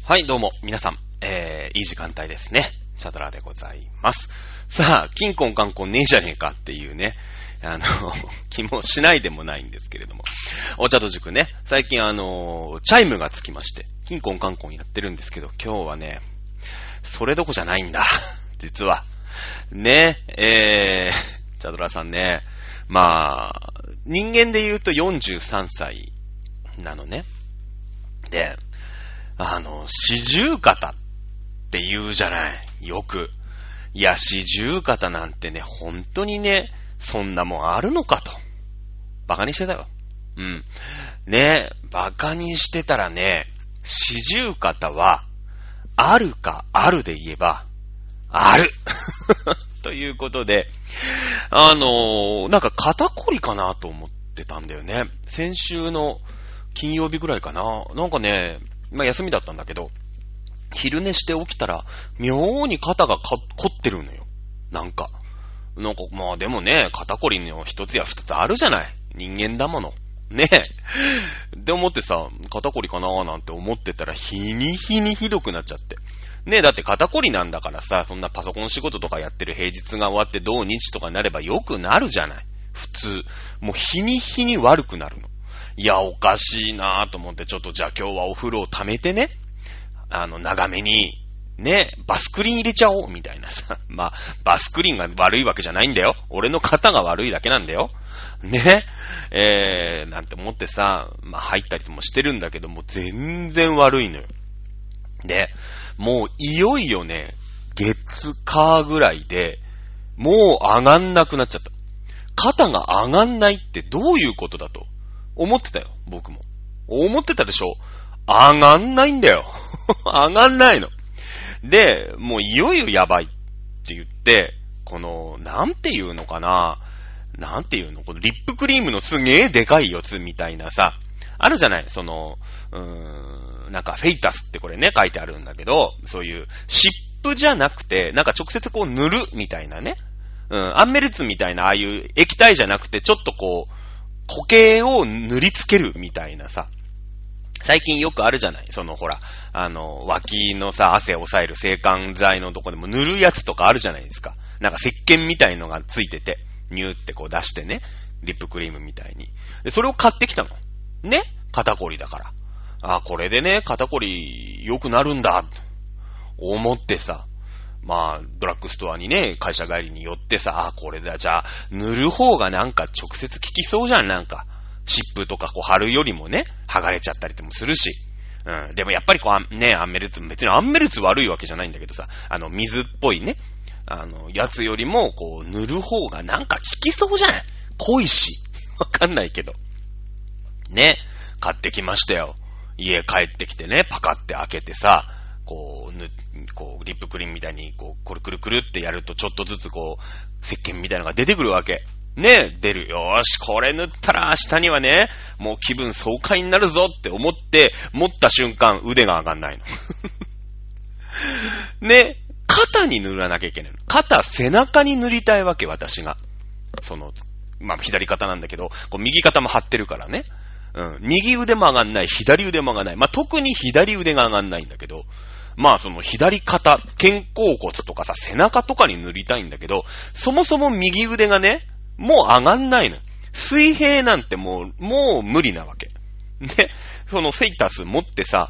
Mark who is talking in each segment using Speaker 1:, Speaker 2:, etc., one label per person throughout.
Speaker 1: はい、どうも、皆さん、いい時間帯ですね。チャドラでございます。さあ、キンコンカンコンねえじゃねえかっていうね、気もしないでもないんですけれども。お茶と塾ね、最近チャイムがつきまして、キンコンカンコンやってるんですけど、今日はね、それどこじゃないんだ。実は。ね、チャドラさんね、まあ、人間で言うと43歳なのね。で、四十肩って言うじゃない。よく。いや、四十肩なんてね、本当にね、そんなもんあるのかと。バカにしてたよ。うん。ね、バカにしてたらね、四十肩は、あるかあるで言えば、あるということで、なんか肩こりかなと思ってたんだよね。先週の金曜日ぐらいかな。なんかね、まあ休みだったんだけど、昼寝して起きたら、妙に肩が凝ってるのよ。なんか、まあでもね、肩こりの一つや二つあるじゃない。人間だもの。ねえ。で思ってさ、肩こりかなーなんて思ってたら、日に日にひどくなっちゃって。ねえ、だって肩こりなんだからさ、そんなパソコン仕事とかやってる平日が終わって土日とかになれば良くなるじゃない。普通。もう日に日に悪くなるの。いや、おかしいなぁと思って、ちょっとじゃあ今日はお風呂を溜めてね、長めに、ね、バスクリーン入れちゃおう、みたいなさ。まあ、バスクリーンが悪いわけじゃないんだよ。俺の肩が悪いだけなんだよ。ね。なんて思ってさ、まあ入ったりともしてるんだけども、全然悪いのよ。で、もういよいよね、月火ぐらいで、もう上がんなくなっちゃった。肩が上がんないってどういうことだと思ってたよ、僕も。思ってたでしょ？上がんないんだよ。上がんないの。で、もういよいよやばいって言って、この、なんていうのかな？なんていうの？このリップクリームのすげえでかいやつみたいなさ、あるじゃない？なんかフェイタスってこれね、書いてあるんだけど、そういう湿布じゃなくて、なんか直接こう塗るみたいなね。アンメルツみたいなああいう液体じゃなくて、ちょっとこう、固形を塗りつけるみたいなさ。最近よくあるじゃない？ほら、脇のさ、汗を抑える制汗剤のとこでも塗るやつとかあるじゃないですか。なんか石鹸みたいのがついてて、ニューってこう出してね、リップクリームみたいに。で、それを買ってきたの。ね？肩こりだから。あ、これでね、肩こり良くなるんだ、と思ってさ、まあ、ドラッグストアにね、会社帰りに寄ってさ、あ、これだ、じゃあ、塗る方がなんか直接効きそうじゃん、なんか。湿布とかこう貼るよりもね、剥がれちゃったりもするし。うん。でもやっぱりこう、ね、アンメルツ、別にアンメルツ悪いわけじゃないんだけどさ、水っぽいね、やつよりも、こう、塗る方がなんか効きそうじゃん。濃いし。わかんないけど。ね、買ってきましたよ。家帰ってきてね、パカって開けてさ、こう、リップクリームみたいに、こう、これくるくるってやると、ちょっとずつこう、石鹸みたいなのが出てくるわけ。ね、出る。よーし、これ塗ったら明日にはね、もう気分爽快になるぞって思って、持った瞬間、腕が上がんないの。ね、肩に塗らなきゃいけないの。肩、背中に塗りたいわけ、私が。まあ、左肩なんだけど、こう右肩も張ってるからね。うん。右腕も上がんない、左腕も上がんない。まあ、特に左腕が上がんないんだけど、まあ左肩、肩甲骨とかさ、背中とかに塗りたいんだけど、そもそも右腕がね、もう上がんないの。水平なんてもう無理なわけ。で、フェイタス持ってさ、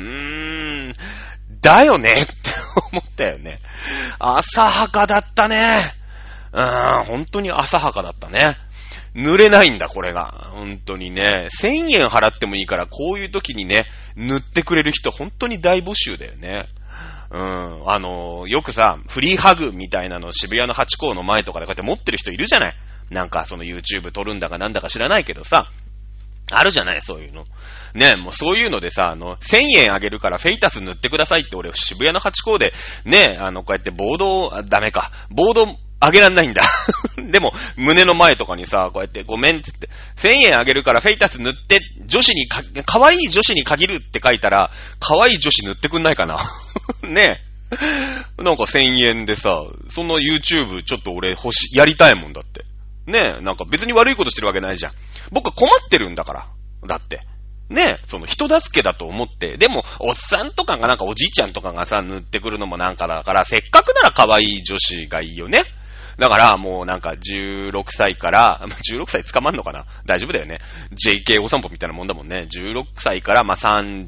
Speaker 1: だよねって思ったよね。浅はかだったね。本当に浅はかだったね。塗れないんだ、これが。本当にね。1000円払ってもいいから、こういう時にね、塗ってくれる人、本当に大募集だよね。よくさ、フリーハグみたいなの渋谷のハチ公の前とかでこうやって持ってる人いるじゃない。なんかYouTube 撮るんだかなんだか知らないけどさ、あるじゃない、そういうの。ね、もうそういうのでさ、1000円あげるからフェイタス塗ってくださいって俺渋谷のハチ公で、ね、こうやってボードあげらんないんだ。でも、胸の前とかにさ、こうやってごめんっつって、1000円あげるからフェイタス塗って、可愛い女子に限るって書いたら、可愛い女子塗ってくんないかな。ねえ。なんか1000円でさ、その YouTube ちょっと俺やりたいもんだって。ねえ、なんか別に悪いことしてるわけないじゃん。僕は困ってるんだから。だって。 ね、その人助けだと思って、でも、おっさんとかがなんかおじいちゃんとかがさ、塗ってくるのもなんかだから、せっかくなら可愛い女子がいいよね。だからもうなんか16歳から、16歳捕まんのかな？大丈夫だよね。JK お散歩みたいなもんだもんね。16歳からまあ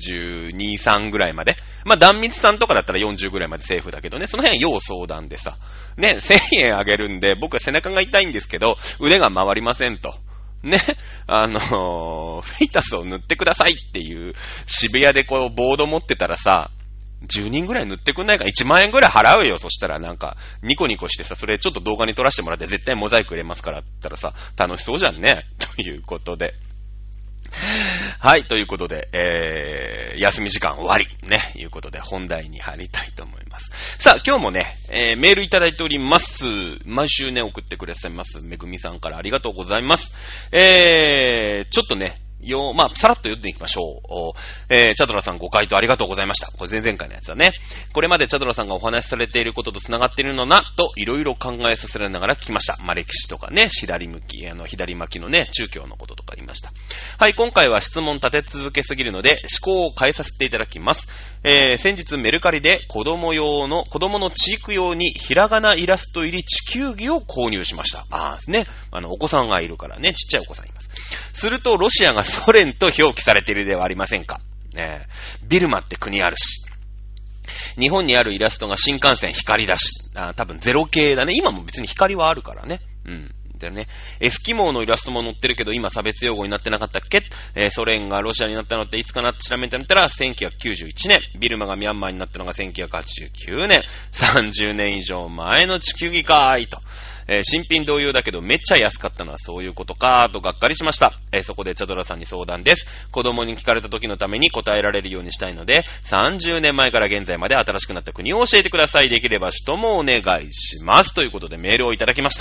Speaker 1: 32、3ぐらいまで。まあ断密さんとかだったら40ぐらいまでセーフだけどね。その辺は要相談でさ。ね、1000円あげるんで、僕は背中が痛いんですけど、腕が回りませんと。ね、フェイタスを塗ってくださいっていう渋谷でこうボード持ってたらさ、10人ぐらい塗ってくんないか ?1 万円ぐらい払うよ。そしたらなんか、ニコニコしてさ、それちょっと動画に撮らせてもらって絶対モザイク入れますからって言ったらさ、楽しそうじゃんね。ということで。はい、ということで、休み時間終わり。ね、いうことで本題に入りたいと思います。さあ、今日もね、メールいただいております。毎週ね、送ってくださいます。めぐみさんからありがとうございます。ちょっとね、まあ、さらっと読んでいきましょう。チャドラさんご回答ありがとうございました。これ前々回のやつだね。これまでチャドラさんがお話しされていることと繋がっているのな、といろいろ考えさせられながら聞きました。まあ、歴史とかね、左巻きのね、宗教のこととか言いました。はい、今回は質問立て続けすぎるので、思考を変えさせていただきます。先日メルカリで子供の知育用にひらがなイラスト入り地球儀を購入しました。ね、お子さんがいるからね、ちっちゃいお子さんいます。すると、ロシアがソ連と表記されているではありませんか。ビルマって国あるし。日本にあるイラストが新幹線光だし。多分ゼロ系だね。今も別に光はあるからね。うん。だよね。エスキモーのイラストも載ってるけど、今差別用語になってなかったっけ？ソ連がロシアになったのっていつかなって調べてみたら、1991年。ビルマがミャンマーになったのが1989年。30年以上前の地球儀かーいと。新品同様だけどめっちゃ安かったのはそういうことかとがっかりしました。そこでチャドラさんに相談です。子供に聞かれた時のために答えられるようにしたいので、30年前から現在まで新しくなった国を教えてください。できれば首都もお願いします。ということでメールをいただきました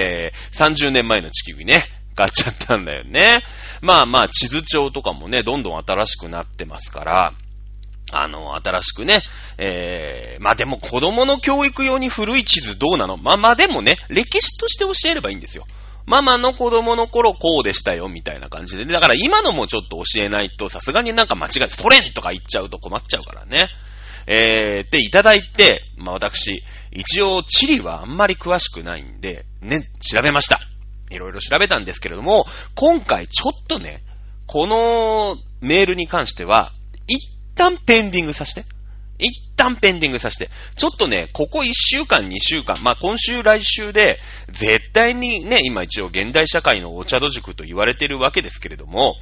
Speaker 1: 。30年前の地球儀ね。買っちゃったんだよね。まあまあ地図帳とかもね、どんどん新しくなってますから、新しくね、まあでも子供の教育用に古い地図どうなの？まあでもね、歴史として教えればいいんですよ。ママの子供の頃こうでしたよ、みたいな感じで。だから今のもちょっと教えないと、さすがになんか間違えて、ソ連とか言っちゃうと困っちゃうからね。で、いただいて、まあ私、一応地理はあんまり詳しくないんで、ね、調べました。いろいろ調べたんですけれども、今回ちょっとね、このメールに関しては、一旦ペンディングさせて。ちょっとね、ここ1週間、2週間、まあ今週来週で、絶対にね、今一応現代社会のお茶戸塾と言われているわけですけれども、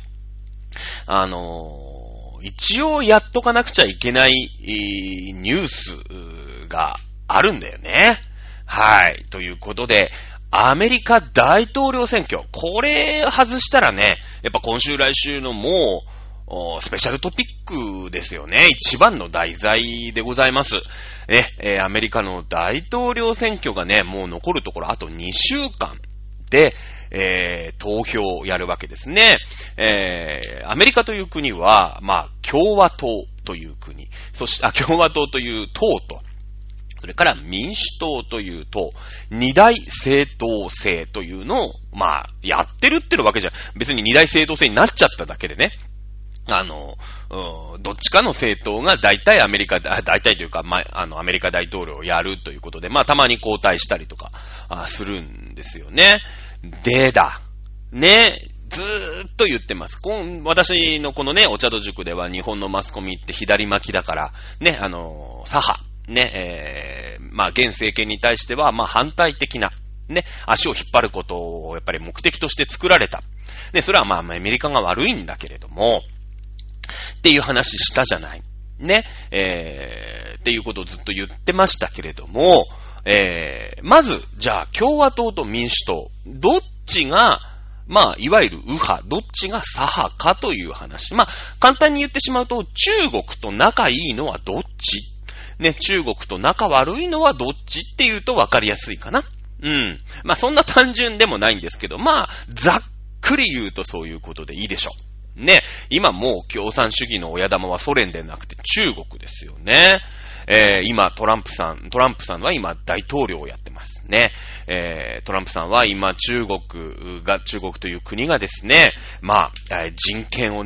Speaker 1: 一応やっとかなくちゃいけないニュースがあるんだよね。はい。ということで、アメリカ大統領選挙。これ外したらね、やっぱ今週来週のもう、スペシャルトピックですよね。一番の題材でございます。ね、アメリカの大統領選挙がね、もう残るところあと2週間で、投票をやるわけですね。アメリカという国は、まあ、共和党という国。共和党という党と、それから民主党という党、二大政党制というのを、まあ、やってるってのわけじゃ、別に二大政党制になっちゃっただけでね。どっちかの政党が大体というか、まあ、アメリカ大統領をやるということで、まあ、たまに交代したりとか、するんですよね。でだ。ね、ずーっと言ってます。私のこのね、お茶戸塾では日本のマスコミって左巻きだから、ね、左派。ね、まあ、現政権に対しては、まあ、反対的な、ね、足を引っ張ることをやっぱり目的として作られた。ね、それはまあ、アメリカが悪いんだけれども、っていう話したじゃない。ね。っていうことをずっと言ってましたけれども、まず、じゃあ、共和党と民主党、どっちが、まあ、いわゆる右派、どっちが左派かという話。まあ、簡単に言ってしまうと、中国と仲いいのはどっち？ね、中国と仲悪いのはどっちっていうと分かりやすいかな。うん。まあ、そんな単純でもないんですけど、まあ、ざっくり言うとそういうことでいいでしょう。ね、今もう共産主義の親玉はソ連でなくて中国ですよね。今トランプさんは今大統領をやってますね。トランプさんは今中国という国がですね、まあ、人権をね、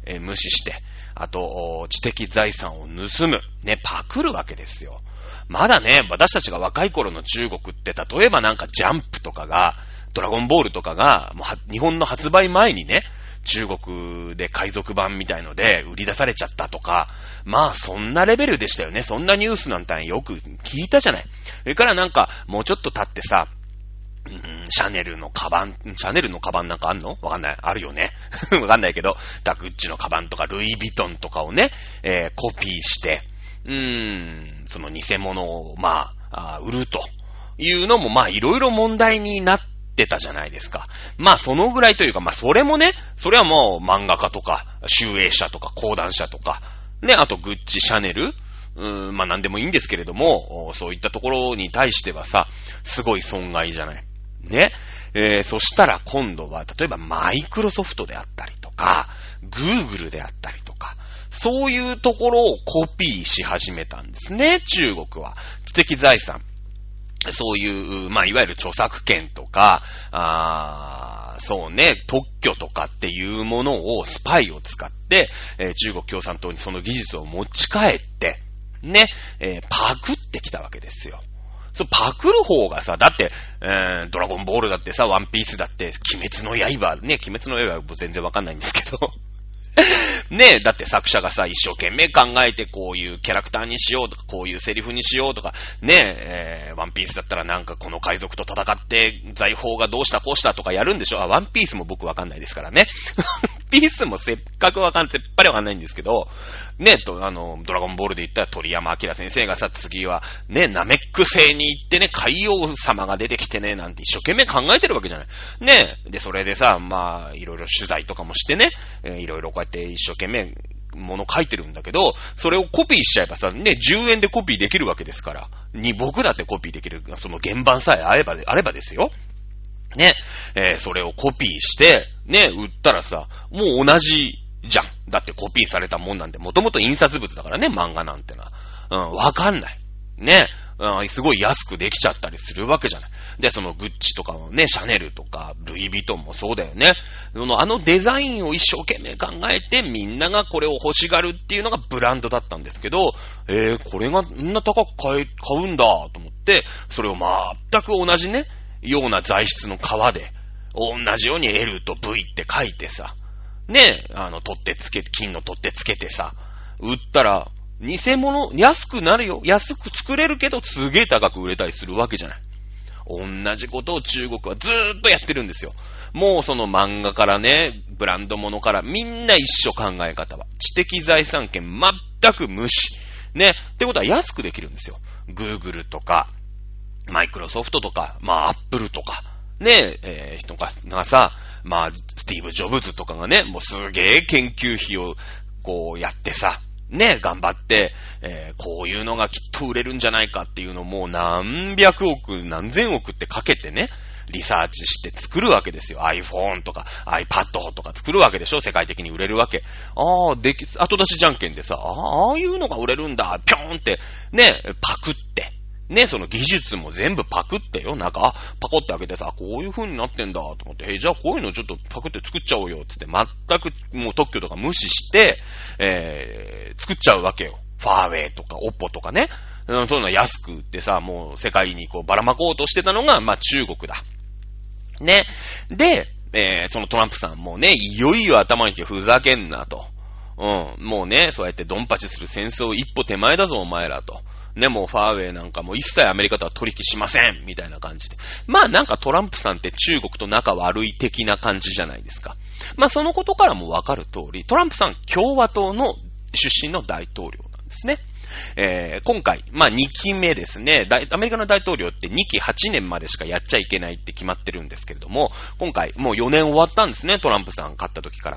Speaker 1: 無視して、あと、知的財産を盗む、ね、パクるわけですよ。まだね、私たちが若い頃の中国って、例えばなんかジャンプとかが、ドラゴンボールとかが、もう日本の発売前にね、中国で海賊版みたいので売り出されちゃったとか、まあそんなレベルでしたよね。そんなニュースなんてよく聞いたじゃない。それからなんか、もうちょっと経ってさ、シャネルのカバンなんかあんの？わかんない。あるよね。わかんないけど、グッチのカバンとかルイ・ヴィトンとかをね、コピーして、その偽物を、売るというのも、いろいろ問題になってたじゃないですか。そのぐらいというか、それもね、それはもう漫画家とか、集英社とか、講談社とか、ね、あとグッチ、シャネル、なんでもいいんですけれども、そういったところに対してはさ、すごい損害じゃない。ね。そしたら今度は、例えばマイクロソフトであったりとか、グーグルであったりとか、そういうところをコピーし始めたんですね、中国は。知的財産。そういう、いわゆる著作権とか、そうね、特許とかっていうものをスパイを使って、中国共産党にその技術を持ち帰って、ね、パクってきたわけですよ。パクる方がさ、だって、ドラゴンボールだってさ、ワンピースだって、鬼滅の刃、ね、鬼滅の刃は全然わかんないんですけど、ねえ、だって作者がさ、一生懸命考えてこういうキャラクターにしようとか、こういうセリフにしようとか、ねえ、ワンピースだったらなんかこの海賊と戦って財宝がどうしたこうしたとかやるんでしょ？ワンピースも僕わかんないですからね。ワンピースもせっぱりわかんないんですけど、ねえ、ドラゴンボールで言ったら鳥山明先生がさ、次はね、ナメック星に行ってね、海王様が出てきてね、なんて一生懸命考えてるわけじゃない。ねえ、で、それでさ、いろいろ取材とかもしてね、いろいろこうやって一生懸命もの書いてるんだけど、それをコピーしちゃえばさ、ね、10円でコピーできるわけですから、僕だってコピーできる、その原版さえあればですよ。ね、それをコピーして、ね、売ったらさ、もう同じじゃん。だってコピーされたもんなんて、もともと印刷物だからね、漫画なんてのは。わかんない。ね、すごい安くできちゃったりするわけじゃない。で、そのグッチとかもね、シャネルとか、ルイ・ヴィトンもそうだよね。あのデザインを一生懸命考えて、みんながこれを欲しがるっていうのがブランドだったんですけど、これがこんな高く買うんだと思って、それを全く同じね、ような材質の革で、同じように L と V って書いてさ、ね、取っ手つけて、金の取っ手つけてさ、売ったら、偽物、安くなるよ。安く作れるけど、すげえ高く売れたりするわけじゃない。同じことを中国はずーっとやってるんですよ。もうその漫画からね、ブランド物からみんな一緒考え方は。知的財産権全く無視。ね。ってことは安くできるんですよ。Google とか、マイクロソフトとか、Apple とか、ね、人がさ、スティーブ・ジョブズとかがね、もうすげえ研究費をこうやってさ、ね、頑張って、こういうのがきっと売れるんじゃないかっていうのをもう何百億、何千億ってかけてね、リサーチして作るわけですよ。iPhone とか iPad とか作るわけでしょ。世界的に売れるわけ。後出しじゃんけんでさ、ああいうのが売れるんだ、ぴょんって、ね、パクって。ね、その技術も全部パクってよ。なんか、パコって開けてさ、こういう風になってんだと思って、じゃあこういうのちょっとパクって作っちゃおうよって言って、全くもう特許とか無視して、作っちゃうわけよ。ファーウェイとか、オッポとかね。そういうの安く売ってさ、もう世界にこうばらまこうとしてたのが、中国だ。ね。で、そのトランプさんもね、いよいよ頭にきてふざけんなと。もうね、そうやってドンパチする戦争一歩手前だぞ、お前らと。ね、もうファーウェイなんかも一切アメリカとは取引しませんみたいな感じで。なんかトランプさんって中国と仲悪い的な感じじゃないですか。そのことからもわかる通り、トランプさん共和党の出身の大統領なんですね。今回、2期目ですね。アメリカの大統領って2期8年までしかやっちゃいけないって決まってるんですけれども、今回もう4年終わったんですね、トランプさん勝った時から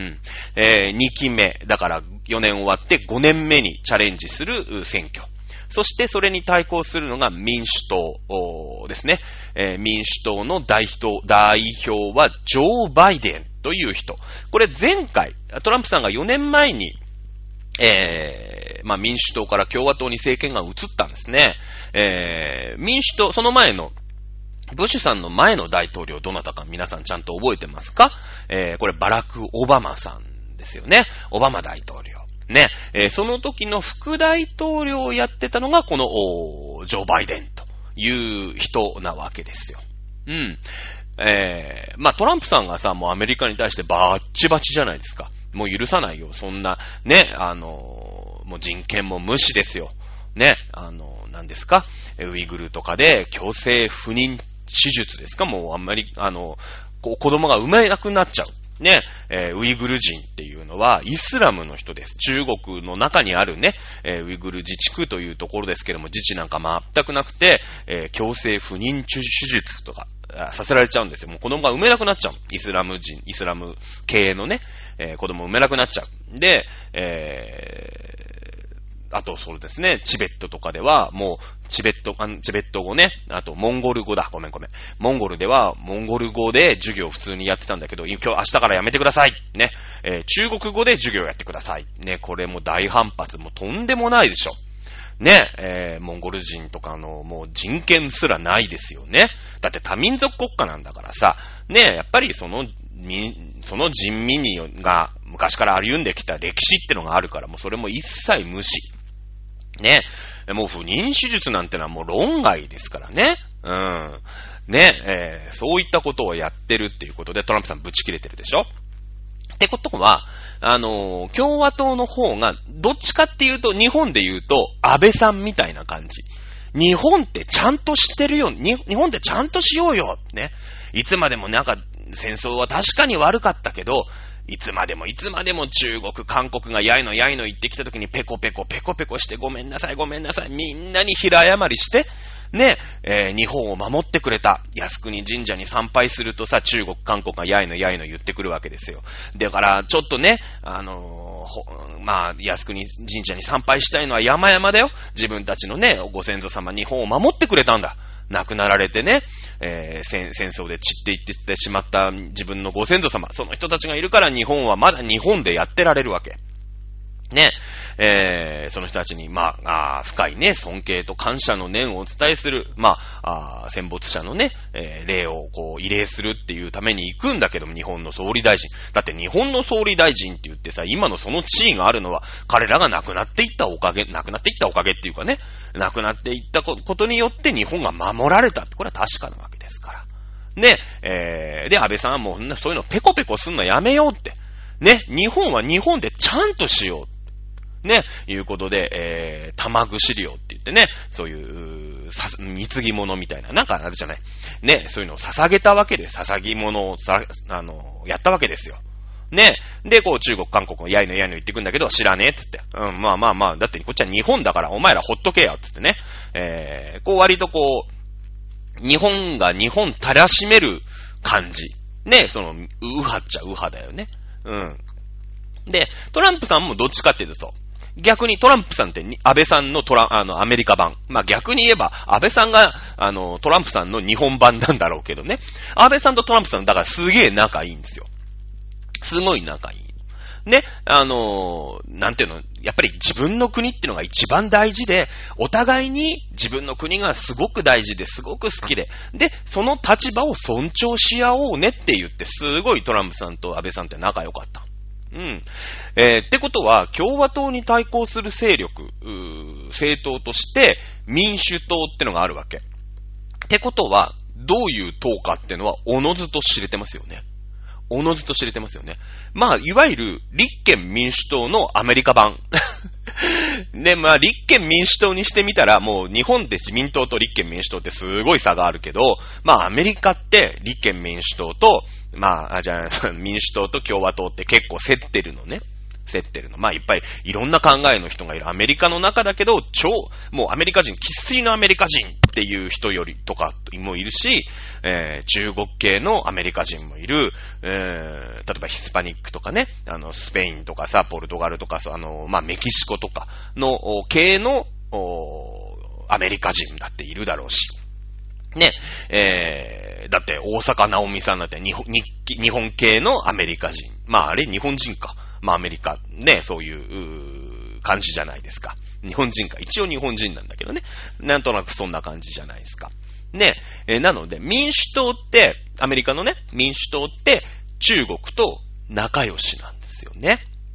Speaker 1: 。2期目、だから4年終わって5年目にチャレンジする選挙。そしてそれに対抗するのが民主党ですね。民主党の代表はジョー・バイデンという人。これ前回、トランプさんが4年前に、民主党から共和党に政権が移ったんですね。民主党、その前の、ブッシュさんの前の大統領どなたか皆さんちゃんと覚えてますか？これバラク・オバマさんですよね。オバマ大統領。ね。その時の副大統領をやってたのが、この、ジョー・バイデンという人なわけですよ。うん。まあ、トランプさんがさ、もうアメリカに対してバッチバチじゃないですか。もう許さないよ。そんな、ね、もう人権も無視ですよ。ね、何ですか？ウイグルとかで強制不妊手術ですか？もうあんまり、子供が産めなくなっちゃう。ね、ウイグル人っていうのはイスラムの人です。中国の中にあるね、ウイグル自治区というところですけども、自治なんか全くなくて、強制不妊手術とかさせられちゃうんですよ。もう子供が産めなくなっちゃう。イスラム系のね、子供産めなくなっちゃう。で、あとそうですね、チベットとかでは、もう、チベット語ね、あとモンゴル語だ、ごめん。モンゴルでは、モンゴル語で授業を普通にやってたんだけど、明日からやめてください。ね、中国語で授業をやってください。ね、これも大反発、もうとんでもないでしょ。ね、モンゴル人とかのもう人権すらないですよね。だって多民族国家なんだからさ、ね、やっぱりその人民が昔から歩んできた歴史ってのがあるから、もうそれも一切無視。ね。もう不妊手術なんてのはもう論外ですからね。うん。ね。そういったことをやってるっていうことでトランプさんブチ切れてるでしょ？ってことは、共和党の方がどっちかっていうと、日本で言うと安倍さんみたいな感じ。日本ってちゃんとしてるよ。日本ってちゃんとしようよ。ね。いつまでもなんか戦争は確かに悪かったけど、いつまでも中国、韓国がやいの言ってきた時にペコペコしてごめんなさい、みんなに平謝りして、ね、日本を守ってくれた。靖国神社に参拝するとさ、中国、韓国がやいの言ってくるわけですよ。だから、ちょっとね、まあ、靖国神社に参拝したいのは山々だよ。自分たちのね、ご先祖様、日本を守ってくれたんだ。亡くなられてね、戦争で散っていってしまった自分のご先祖様、その人たちがいるから日本はまだ日本でやってられるわけ。ね、その人たちに、深いね、尊敬と感謝の念をお伝えする、戦没者のね、霊をこう、慰霊するっていうために行くんだけども、日本の総理大臣。だって日本の総理大臣って言ってさ、今のその地位があるのは、彼らが亡くなっていったおかげっていうかね、亡くなっていったことによって日本が守られたって、これは確かなわけですから。ね、で、安倍さんはもう、そういうのペコペコすんのやめようって。ね、日本は日本でちゃんとしよう。ね、いうことで、玉串料って言ってね、そういう、貢ぎ物みたいな、なんかあるじゃない。ね、そういうのを捧げたわけです。捧ぎ物をやったわけですよ。ね。で、こう、中国、韓国がやいの言ってくんだけど、知らねえっつって。うん、まあ、だってこっちは日本だから、お前らほっとけや、つってね。こう、割とこう、日本たらしめる感じ。ね、その、右派っちゃ右派だよね。うん。で、トランプさんもどっちかっていうとそう。逆にトランプさんって安倍さんのアメリカ版。逆に言えば、安倍さんが、トランプさんの日本版なんだろうけどね。安倍さんとトランプさん、だからすげえ仲いいんですよ。すごい仲いい。ね、なんていうの、やっぱり自分の国っていうのが一番大事で、お互いに自分の国がすごく大事ですごく好きで、で、その立場を尊重し合おうねって言って、すごいトランプさんと安倍さんって仲良かった。うん。ってことは、共和党に対抗する勢力、政党として、民主党ってのがあるわけ。ってことは、どういう党かってのは、おのずと知れてますよね。いわゆる、立憲民主党のアメリカ版。で、立憲民主党にしてみたら、もう日本で自民党と立憲民主党ってすごい差があるけど、アメリカって立憲民主党と、民主党と共和党って結構競ってるのね。いっぱいいろんな考えの人がいる。アメリカの中だけど、もうアメリカ人、生粋のアメリカ人っていう人よりとかもいるし、中国系のアメリカ人もいる。例えばヒスパニックとかね、スペインとかさ、ポルトガルとかさ、メキシコとかの系のアメリカ人だっているだろうし。ね、だって大阪直美さんだって日本系のアメリカ人。あれ日本人か。アメリカ、ね、そういう感じじゃないですか。日本人か。一応日本人なんだけどね。なんとなくそんな感じじゃないですか。ね、なので、民主党って、アメリカのね、民主党って中国と仲良しなんですよね。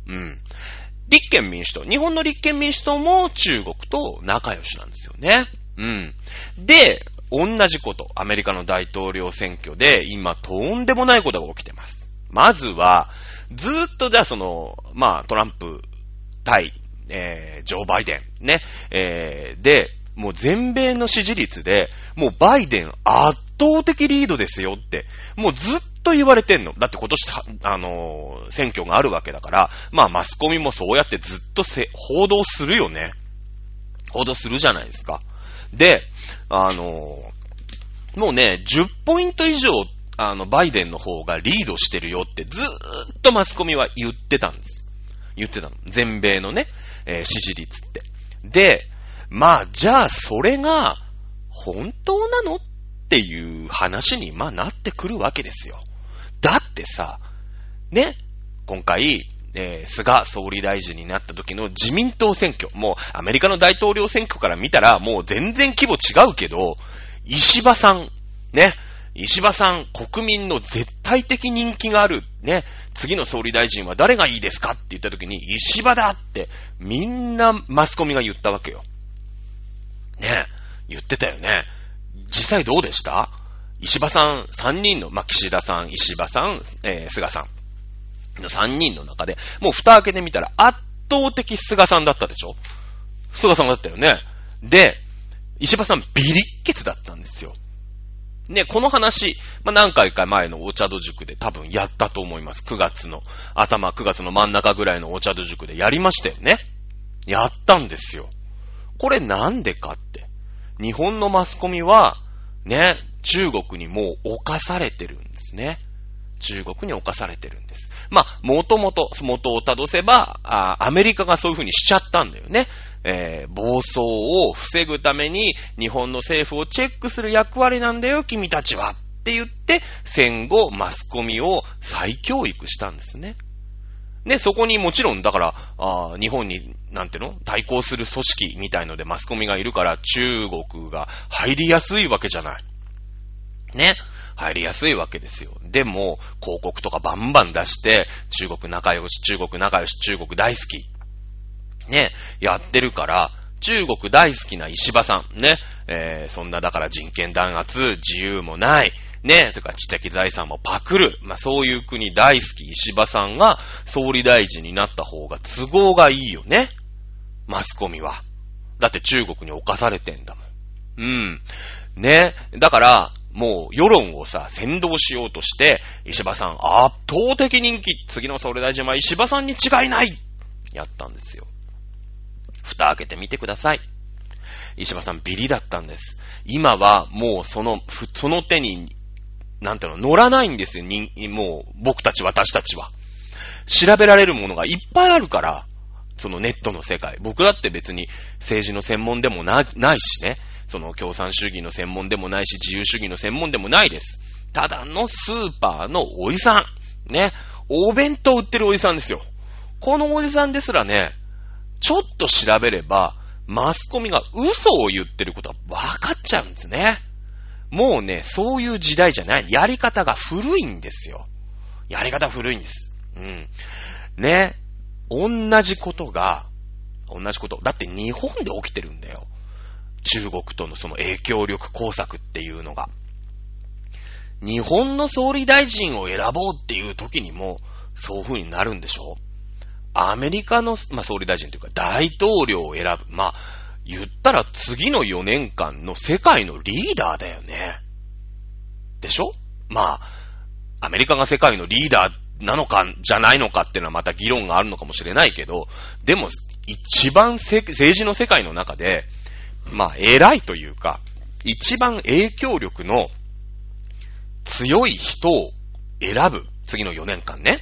Speaker 1: 立憲民主党、日本の立憲民主党も中国と仲良しなんですよね。で、同じこと、アメリカの大統領選挙で今とんでもないことが起きてます。まずは、ずーっとじゃあトランプ対、ジョー・バイデン、ね、で、もう全米の支持率で、もうバイデン圧倒的リードですよって、もうずっと言われてんの。だって今年、選挙があるわけだから、マスコミもそうやってずっと報道するよね。報道するじゃないですか。で、もうね、10ポイント以上、バイデンの方がリードしてるよってずーっとマスコミは言ってたんです。言ってたの。全米のね、支持率って。で、じゃあそれが本当なのっていう話になってくるわけですよ。だってさ、ね、今回、菅総理大臣になった時の自民党選挙、もうアメリカの大統領選挙から見たらもう全然規模違うけど、石破さん、ね、石破さん、国民の絶対的人気がある、ね、次の総理大臣は誰がいいですかって言った時に、石破だってみんなマスコミが言ったわけよ。ね、言ってたよね。実際どうでした？石破さん3人の、岸田さん、石破さん、菅さんの3人の中で、もう蓋開けてみたら圧倒的菅さんだったでしょ？菅さんだったよね。で、石破さんビリッケツだったんですよ。ね、この話、何回か前のお茶戸塾で多分やったと思います。9月の真ん中ぐらいのお茶戸塾でやりましたよね。やったんですよ。これなんでかって。日本のマスコミは、ね、中国にもう侵されてるんですね。中国に侵されてるんです。元をたどせば、アメリカがそういう風にしちゃったんだよね。暴走を防ぐために日本の政府をチェックする役割なんだよ、君たちは。って言って、戦後マスコミを再教育したんですね。で、そこにもちろん、だから、日本に、対抗する組織みたいのでマスコミがいるから、中国が入りやすいわけじゃない。ね。入りやすいわけですよ。でも、広告とかバンバン出して、中国仲良し、中国大好き。ね。やってるから、中国大好きな石破さん。ね。そんな、だから人権弾圧、自由もない。ね、それから知的財産もパクる。そういう国大好き石破さんが総理大臣になった方が都合がいいよね。マスコミは。だって中国に侵されてんだもん。ね。だから、もう世論を先導しようとして、石破さん圧倒的人気。次の総理大臣は石破さんに違いない。やったんですよ。蓋開けてみてください。石破さんビリだったんです。今はもうその手に、乗らないんですよ。もう、私たちは。調べられるものがいっぱいあるから、そのネットの世界。僕だって別に政治の専門でもないしね。その共産主義の専門でもないし、自由主義の専門でもないです。ただのスーパーのおじさん。ね。お弁当売ってるおじさんですよ。このおじさんですらね、ちょっと調べれば、マスコミが嘘を言ってることは分かっちゃうんですね。もうね、そういう時代じゃない。やり方が古いんですよ。やり方古いんです。ね。同じこと。だって日本で起きてるんだよ。中国とのその影響力工作っていうのが。日本の総理大臣を選ぼうっていう時にも、そういう風になるんでしょ？アメリカの、総理大臣というか大統領を選ぶ。言ったら次の4年間の世界のリーダーだよね。でしょ？アメリカが世界のリーダーなのかじゃないのかっていうのはまた議論があるのかもしれないけど、でも一番政治の世界の中で、偉いというか、一番影響力の強い人を選ぶ次の4年間ね。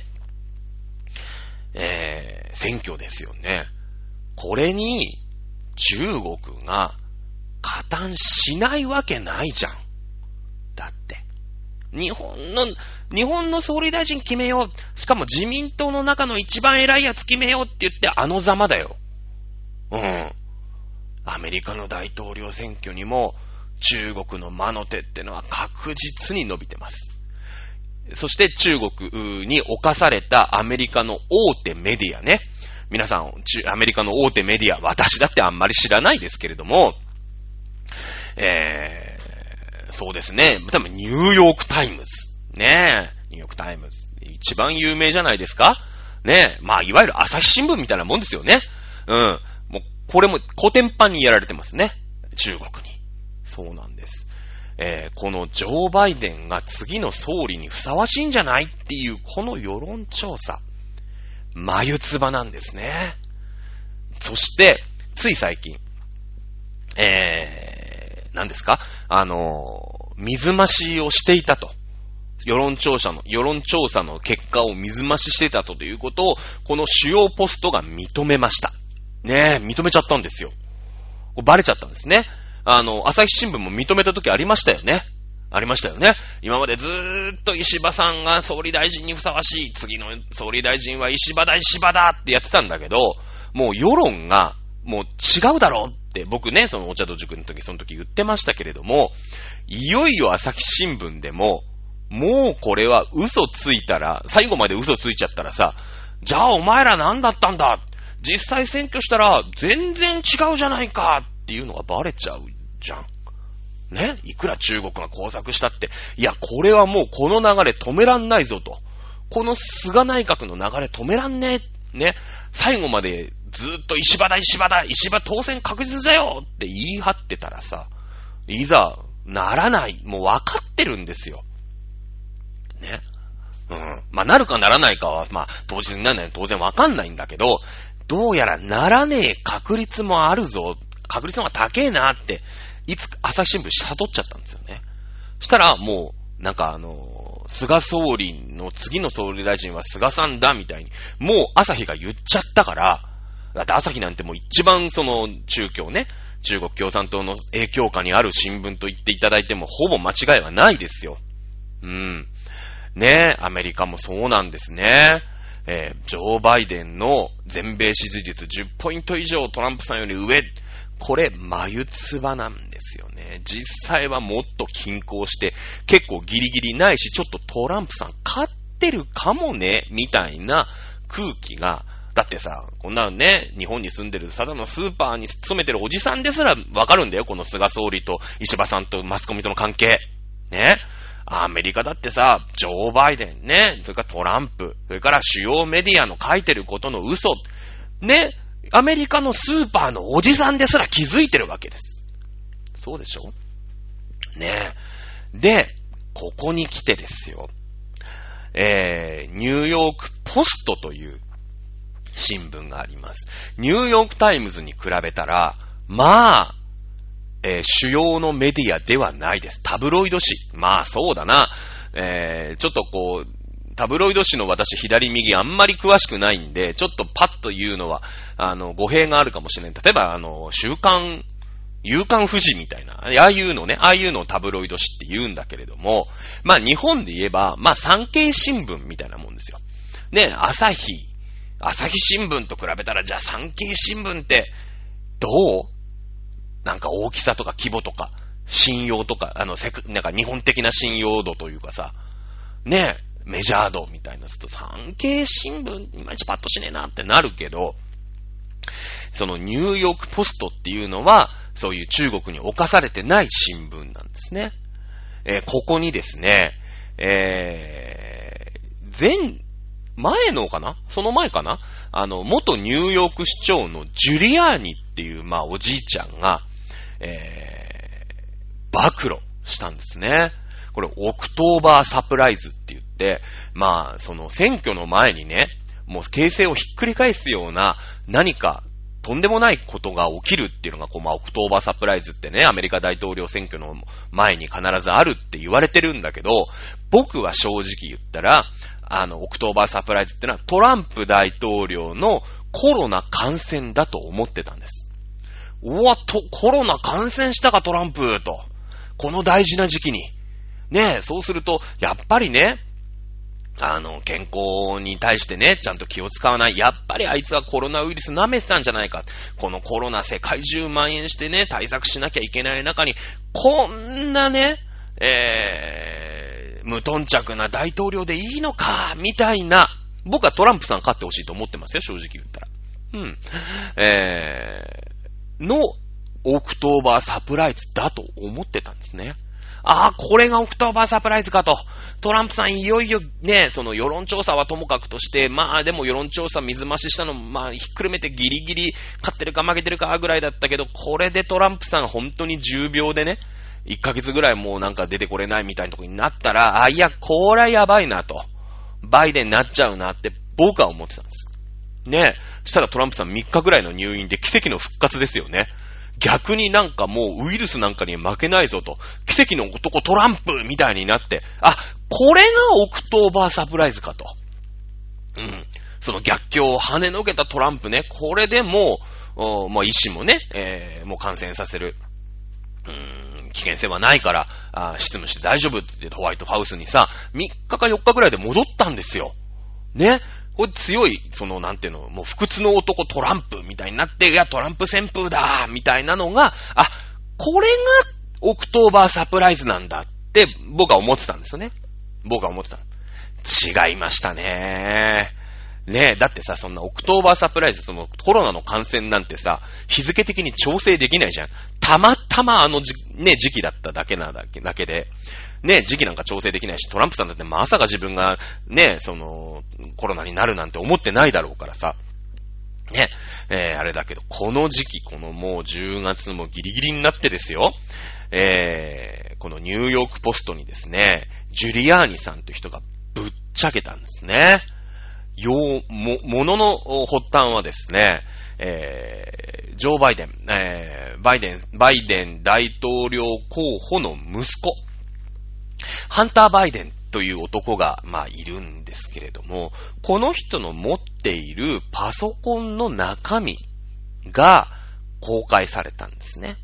Speaker 1: 選挙ですよね。これに中国が加担しないわけないじゃん。だって。日本の総理大臣決めよう。しかも自民党の中の一番偉いやつ決めようって言ってざまだよ。アメリカの大統領選挙にも中国の魔の手ってのは確実に伸びてます。 そして中国に侵されたアメリカの大手メディアね。皆さん、アメリカの大手メディア、私だってあんまり知らないですけれども、そうですね。多分ニューヨークタイムズ。ねえ。ニューヨークタイムズ。一番有名じゃないですかねえ。まあ、いわゆる朝日新聞みたいなもんですよね。うん。もう、これも古典版にやられてますね。中国に。そうなんです。このジョー・バイデンが次の総理にふさわしいんじゃないっていう、この世論調査。眉唾なんですね。そして、つい最近、何ですか水増しをしていたと。世論調査の結果を水増ししていたということを、この主要ポストが認めました。ねえ、認めちゃったんですよ。バレちゃったんですね。朝日新聞も認めた時ありましたよね。ありましたよね。今までずーっと石破さんが総理大臣にふさわしい。次の総理大臣は石破だってやってたんだけど、もう世論がもう違うだろうって僕ね、そのお茶と塾の時、その時言ってましたけれども、いよいよ朝日新聞でも、もうこれは嘘ついたら、最後まで嘘ついちゃったらさ、じゃあお前ら何だったんだ、実際選挙したら全然違うじゃないかっていうのがバレちゃうじゃん。ね、いくら中国が工作したって、いや、これはもうこの流れ止めらんないぞと。この菅内閣の流れ止めらんねえ。ね、最後までずっと石破当選確実だよって言い張ってたらさ、いざ、ならない。もう分かってるんですよ。ね。まあ、なるかならないかは、まあ、当日にならないの当然分かんないんだけど、どうやらならねえ確率もあるぞ。確率の方が高えなって、いつ朝日新聞悟っちゃったんですよね。したらもうなんか菅総理の次の総理大臣は菅さんだみたいにもう朝日が言っちゃったから、だって朝日なんてもう一番その中共ね、中国共産党の影響下にある新聞と言っていただいてもほぼ間違いはないですよ。ねえ、アメリカもそうなんですね。ジョー・バイデンの全米支持率10ポイント以上トランプさんより上。これ、眉唾なんですよね。実際はもっと均衡して、結構ギリギリないし、ちょっとトランプさん勝ってるかもね、みたいな空気が、だってさ、こんなね、日本に住んでるただのスーパーに勤めてるおじさんですらわかるんだよ、この菅総理と石破さんとマスコミとの関係。ね。アメリカだってさ、ジョー・バイデンね、それからトランプ、それから主要メディアの書いてることの嘘、ね、アメリカのスーパーのおじさんですら気づいてるわけです。そうでしょ？ねえ。で、ここに来てですよ。ニューヨークポストという新聞があります。ニューヨークタイムズに比べたら、まあ、主要のメディアではないです。タブロイド紙。まあそうだな。ちょっとこう、タブロイド紙の私左右あんまり詳しくないんで、ちょっとパッと言うのは、語弊があるかもしれない。例えば、夕刊富士みたいな、ああいうのをタブロイド紙って言うんだけれども、まあ日本で言えば、まあ産経新聞みたいなもんですよ。ね、朝日新聞と比べたら、じゃあ産経新聞って、どう？なんか大きさとか規模とか、信用とか、なんか日本的な信用度というかさ、ね、メジャー度みたいな、ちょっと産経新聞、いまいちパッとしねえなってなるけど、そのニューヨークポストっていうのは、そういう中国に侵されてない新聞なんですね。ここにですね、前のかな？その前かな？元ニューヨーク市長のジュリアーニっていう、まあ、おじいちゃんが、暴露したんですね。これ、オクトーバーサプライズって言って、まあ、その選挙の前にね、もう形勢をひっくり返すような何かとんでもないことが起きるっていうのが、こう、まあ、オクトーバーサプライズってね、アメリカ大統領選挙の前に必ずあるって言われてるんだけど、僕は正直言ったら、オクトーバーサプライズってのはトランプ大統領のコロナ感染だと思ってたんです。コロナ感染したかトランプと。この大事な時期に。ねえ、そうすると、やっぱりね、健康に対してね、ちゃんと気を使わない。やっぱりあいつはコロナウイルス舐めてたんじゃないか。このコロナ世界中蔓延してね、対策しなきゃいけない中に、こんなね、 無頓着な大統領でいいのか、みたいな、僕はトランプさん勝ってほしいと思ってますよ、正直言ったら。の、オクトーバーサプライズだと思ってたんですね。これがオクトーバーサプライズかと。トランプさんいよいよね、その世論調査はともかくとして、でも世論調査水増ししたの、ひっくるめてギリギリ勝ってるか負けてるかぐらいだったけど、これでトランプさん本当に10秒でね、1ヶ月ぐらいもうなんか出てこれないみたいなとこになったら、いや、これはやばいなと。バイデンになっちゃうなって僕は思ってたんです。ね。したらトランプさん3日ぐらいの入院で奇跡の復活ですよね。逆になんかもうウイルスなんかに負けないぞと。奇跡の男トランプみたいになって、これがオクトーバーサプライズかと。その逆境を跳ねのけたトランプね。これでもう、医師もね、もう感染させる。危険性はないから、執務して大丈夫って言ってホワイトハウスにさ、3日か4日ぐらいで戻ったんですよ。ね。これ強い、なんていうの、もう不屈の男トランプみたいになって、いや、トランプ旋風だみたいなのが、これがオクトーバーサプライズなんだって僕は思ってたんですよね。違いましたね。ねえ、だってさ、そんなオクトーバーサプライズ、コロナの感染なんてさ、日付的に調整できないじゃん。たまたま時期だっただけで、ね、時期なんか調整できないし、トランプさんだってまさか自分が、ね、コロナになるなんて思ってないだろうからさ、ね、あれだけど、この時期、このもう10月もギリギリになってですよ、このニューヨークポストにですね、ジュリアーニさんという人がぶっちゃけたんですね。ものの発端はですね、ジョー・バイデン、バイデン大統領候補の息子、ハンター・バイデンという男が、いるんですけれども、この人の持っているパソコンの中身が公開されたんですね。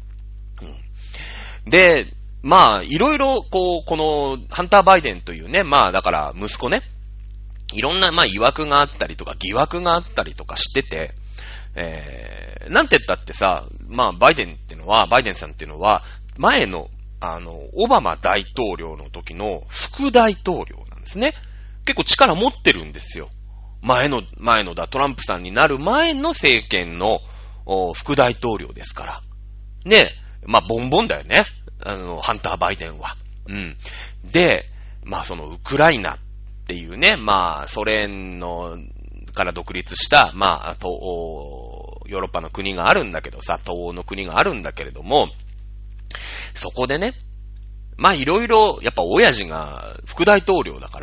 Speaker 1: で、いろいろ、このハンター・バイデンというね、だから息子ね、いろんな、疑惑があったりとか、疑惑があったりとかしてて、なんて言ったってさ、バイデンさんっていうのは、前の、オバマ大統領の時の副大統領なんですね。結構力持ってるんですよ。トランプさんになる前の政権の副大統領ですから。ね、ボンボンだよね。ハンター・バイデンは。で、ウクライナっていうね、ソ連から独立した、ヨーロッパの国があるんだけどさ、東欧の国があるんだけれども、そこでね、いろいろ、やっぱ親父が副大統領だから、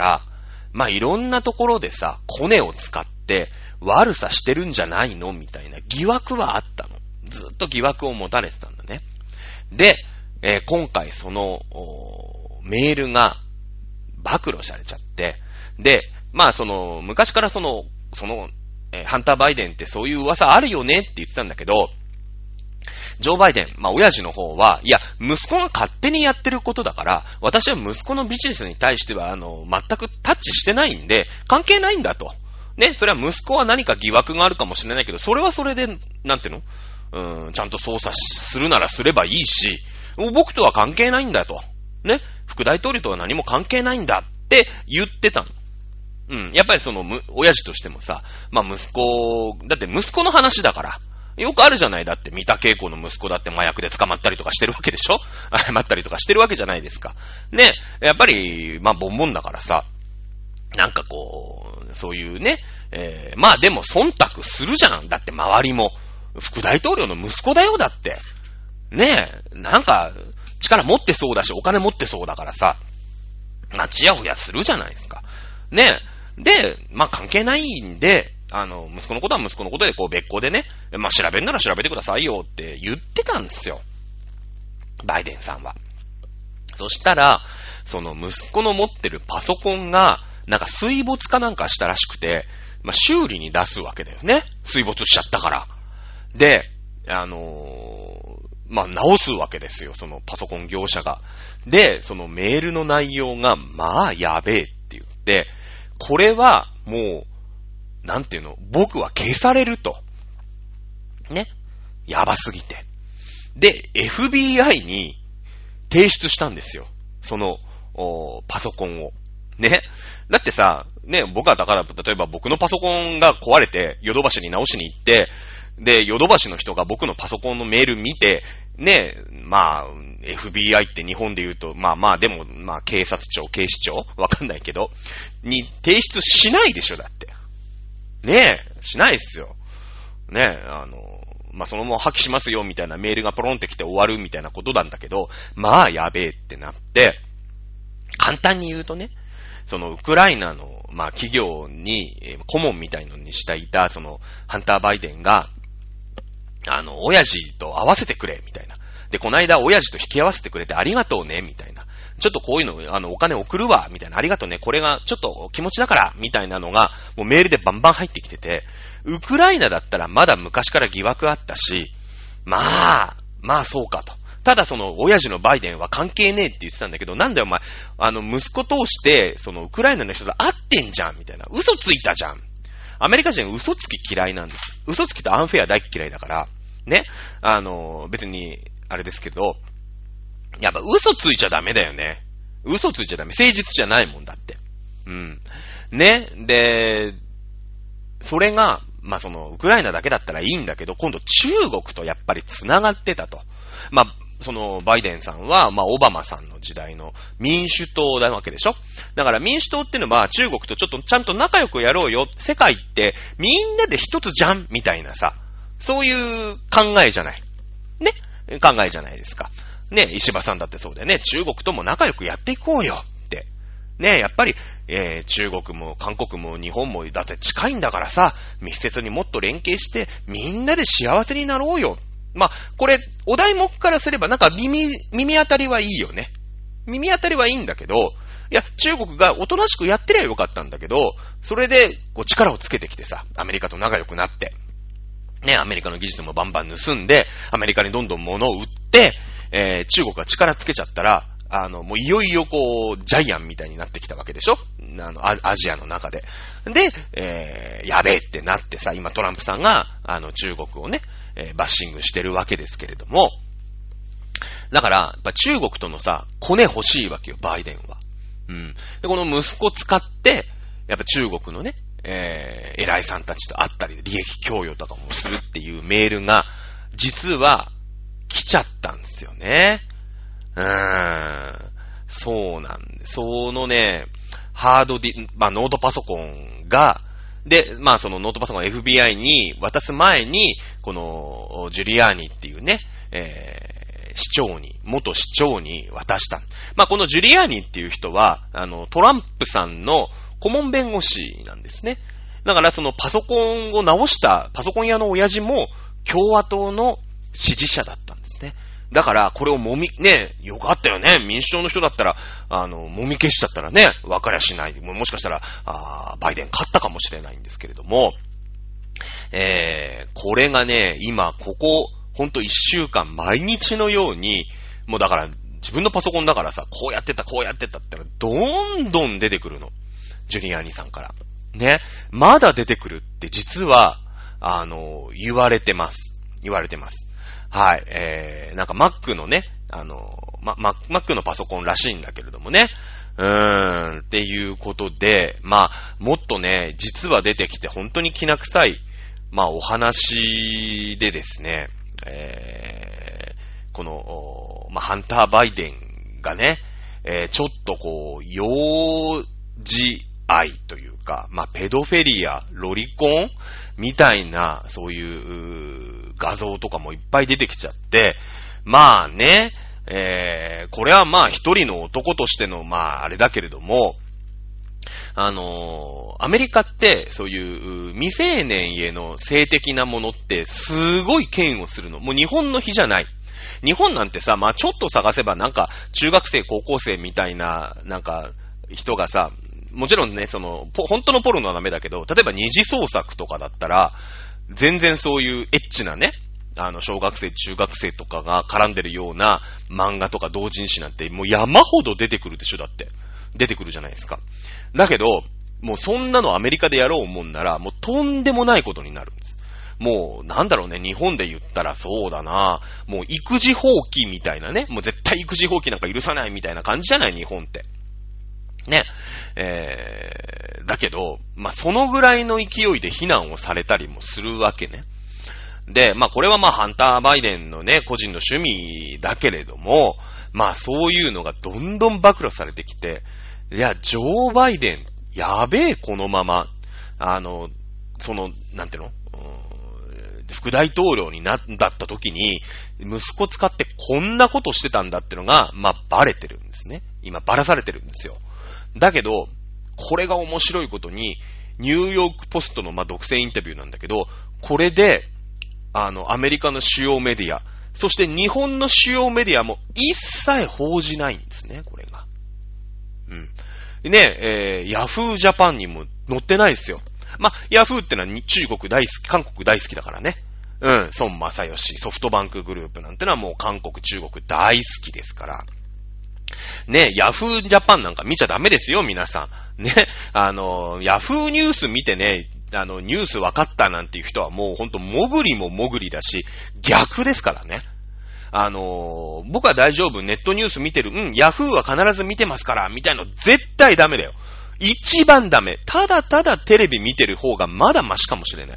Speaker 1: いろんなところでさ、コネを使って悪さしてるんじゃないのみたいな疑惑はあったの。ずっと疑惑を持たれてたんだね。で、今回そのメールが暴露されちゃって、で、昔からハンターバイデンってそういう噂あるよねって言ってたんだけど、ジョー・バイデン、親父の方は、いや、息子が勝手にやってることだから、私は息子のビジネスに対しては、全くタッチしてないんで、関係ないんだと。ね、それは息子は何か疑惑があるかもしれないけど、それはそれで、なんていうの？ちゃんと捜査するならすればいいし、僕とは関係ないんだと。ね、副大統領とは何も関係ないんだって言ってたの。やっぱり親父としてもさ、息子の話だから、よくあるじゃない。だって、三田恵子の息子だって麻薬で捕まったりとかしてるわけでしょ？謝ったりとかしてるわけじゃないですか。ね。やっぱり、ボンボンだからさ、なんかそういうね、でも忖度するじゃん。だって周りも、副大統領の息子だよ、だって。ねえ、なんか、力持ってそうだし、お金持ってそうだからさ、ちやほやするじゃないですか。ねえ。で、関係ないんで、息子のことは息子のことで別個でね、調べんなら調べてくださいよって言ってたんですよ。バイデンさんは。そしたら、息子の持ってるパソコンが、なんか水没かなんかしたらしくて、修理に出すわけだよね。水没しちゃったから。で、直すわけですよ、そのパソコン業者が。で、そのメールの内容が、やべえって言って、これはもう、なんていうの、僕は消されると。ね。やばすぎて。で、FBI に提出したんですよ。そのパソコンを。ね。だってさ、ね、僕はだから、例えば僕のパソコンが壊れて、ヨドバシに直しに行って、で、ヨドバシの人が僕のパソコンのメール見て、ね、まあ、FBI って日本で言うと、まあでも、まあ警視庁わかんないけど、に提出しないでしょ、だって。ねえ、しないっすよ。ねえ、まあそのまま破棄しますよ、みたいなメールがポロンってきて終わるみたいなことなんだけど、まあやべえってなって、簡単に言うとね、そのウクライナの、まあ企業に、顧問みたいのにしていた、その、ハンター・バイデンが、親父と合わせてくれ、みたいな。で、この間、親父と引き合わせてくれてありがとうね、みたいな。ちょっとこういうの、お金送るわ、みたいな。ありがとうね、これがちょっと気持ちだから、みたいなのが、もうメールでバンバン入ってきてて、ウクライナだったらまだ昔から疑惑あったし、まあそうかと。ただその、親父のバイデンは関係ねえって言ってたんだけど、なんだよお前、息子通して、その、ウクライナの人と会ってんじゃん、みたいな。嘘ついたじゃん。アメリカ人は嘘つき嫌いなんです。嘘つきとアンフェア大嫌いだから、ね。別に、あれですけど、やっぱ嘘ついちゃダメだよね。嘘ついちゃダメ。誠実じゃないもんだって。うん。ね。で、それが、まあ、その、ウクライナだけだったらいいんだけど、今度中国とやっぱり繋がってたと。まあ、その、バイデンさんは、まあ、オバマさんの時代の民主党なわけでしょ？だから民主党っていうのは中国とちょっとちゃんと仲良くやろうよ。世界ってみんなで一つじゃんみたいなさ、そういう考えじゃない。ね？考えじゃないですか。ね、石破さんだってそうだよね。中国とも仲良くやっていこうよって。ね、やっぱり、中国も韓国も日本もだって近いんだからさ、密接にもっと連携してみんなで幸せになろうよ。まあ、これ、お題目からすればなんか耳当たりはいいよね。耳当たりはいいんだけど、いや、中国がおとなしくやってりゃよかったんだけど、それでこう力をつけてきてさ、アメリカと仲良くなって、ね、アメリカの技術もバンバン盗んで、アメリカにどんどん物を売って、中国が力つけちゃったら、もういよいよこう、ジャイアンみたいになってきたわけでしょ？アジアの中で。で、やべえってなってさ、今トランプさんが、中国をね、バッシングしてるわけですけれども、だから、やっぱ中国とのさ、コネ欲しいわけよ、バイデンは。うん。で、この息子使って、やっぱ中国のね、偉いさんたちと会ったり、利益供与とかもするっていうメールが、実は、来ちゃったんですよね。そうなんで、そのね、まあ、ノートパソコンが、で、まあ、そのノートパソコン FBI に渡す前に、この、ジュリアーニっていうね、元市長に渡した。まあ、このジュリアーニっていう人は、トランプさんの顧問弁護士なんですね。だから、そのパソコンを直したパソコン屋の親父も共和党の支持者だったんですね。だから、これをよかったよね。民主党の人だったら、もみ消しちゃったらね、わかりゃしない。もしかしたら、バイデン勝ったかもしれないんですけれども、これがね、今、ほんと1週間毎日のように、もうだから、自分のパソコンだからさ、こうやってたってどんどん出てくるの。ジュリアーニさんから。ね。まだ出てくるって実は、言われてます。はい。なんか Mac のね、Mac のパソコンらしいんだけれどもね。っていうことで、まあ、もっとね、実は出てきて本当にきな臭い、まあ、お話でですね、この、まあ、ハンター・バイデンがね、ちょっとこう、幼児愛というか、まあ、ペドフェリア、ロリコンみたいな、そういう画像とかもいっぱい出てきちゃって、まあね、これはまあ一人の男としてのまああれだけれども、アメリカってそういう未成年への性的なものってすごい嫌悪するの。もう日本の比じゃない。日本なんてさ、まあちょっと探せばなんか中学生高校生みたいななんか人がさ、もちろんね、その、本当のポルノはダメだけど、例えば二次創作とかだったら、全然そういうエッチなね、小学生、中学生とかが絡んでるような漫画とか同人誌なんてもう山ほど出てくるでしょ、だって。出てくるじゃないですか。だけど、もうそんなのアメリカでやろうもんなら、もうとんでもないことになるんです。もう、なんだろうね、日本で言ったらそうだな、もう育児放棄みたいなね、もう絶対育児放棄なんか許さないみたいな感じじゃない、日本って。 ね。だけど、まあ、そのぐらいの勢いで非難をされたりもするわけね。で、まあ、これはまあ、ハンター・バイデンのね、個人の趣味だけれども、まあ、そういうのがどんどん暴露されてきて、いや、ジョー・バイデン、やべえ、このまま、なんていうの？副大統領にだった時に、息子使ってこんなことしてたんだってのが、まあ、バレてるんですね。今、バラされてるんですよ。だけど、これが面白いことに、ニューヨークポストの、まあ、独占インタビューなんだけど、これで、アメリカの主要メディア、そして日本の主要メディアも一切報じないんですね、これが。ね、ヤフージャパンにも載ってないですよ。まあ、ヤフーってのは中国大好き、韓国大好きだからね。孫正義、ソフトバンクグループなんてのはもう韓国、中国大好きですから。ね、ヤフージャパンなんか見ちゃダメですよ、皆さん。ね、ヤフーニュース見てね、ニュース分かったなんていう人はもうほんともぐりももぐりだし、逆ですからね。僕は大丈夫、ネットニュース見てる、ヤフーは必ず見てますから、みたいなの絶対ダメだよ。一番ダメ。ただただテレビ見てる方がまだマシかもしれない。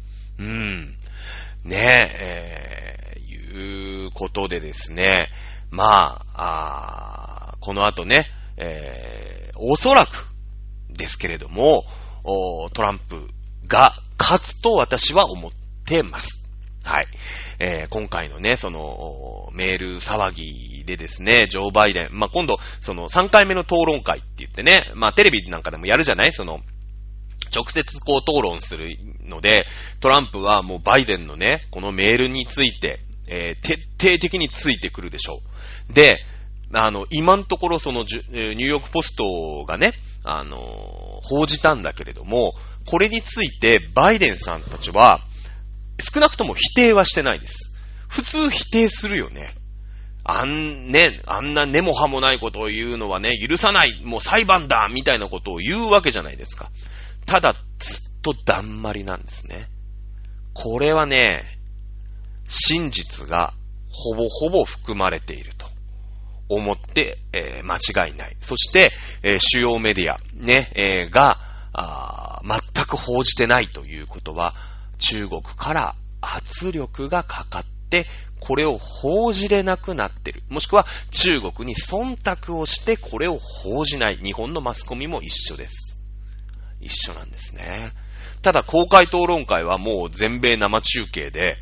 Speaker 1: いうことでですね。まあ、この後ね、おそらくですけれども、トランプが勝つと私は思ってます。はい。今回のね、メール騒ぎでですね、ジョー・バイデン、まあ、今度、3回目の討論会って言ってね、まあ、テレビなんかでもやるじゃない？直接こう討論するので、トランプはもうバイデンのね、このメールについて、徹底的についてくるでしょう。で、今のところニューヨークポストがね、報じたんだけれども、これについてバイデンさんたちは、少なくとも否定はしてないです。普通否定するよね。あんな根も葉もないことを言うのはね、許さない、もう裁判だみたいなことを言うわけじゃないですか。ただ、ずっとだんまりなんですね。これはね、真実がほぼほぼ含まれていると思って、間違いない。そして、主要メディア、ね、が全く報じてないということは、中国から圧力がかかって、これを報じれなくなってる。もしくは中国に忖度をしてこれを報じない。日本のマスコミも一緒です。一緒なんですね。ただ公開討論会はもう全米生中継で、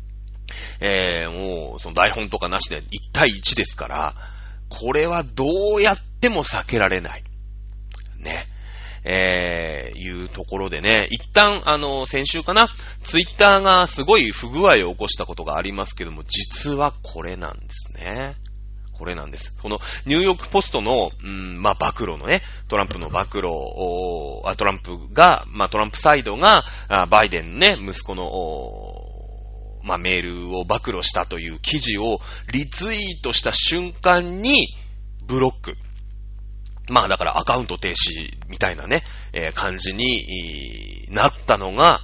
Speaker 1: もう台本とかなしで1対1ですから、これはどうやっても避けられない。ね。いうところでね、一旦先週かな、ツイッターがすごい不具合を起こしたことがありますけども、実はこれなんですね。これなんです。このニューヨークポストの、まあ、暴露のね、トランプの暴露を、トランプが、まあ、トランプサイドが、バイデンね、息子の、まあ、メールを暴露したという記事をリツイートした瞬間に、ブロック。まあだからアカウント停止みたいなね、感じになったのが、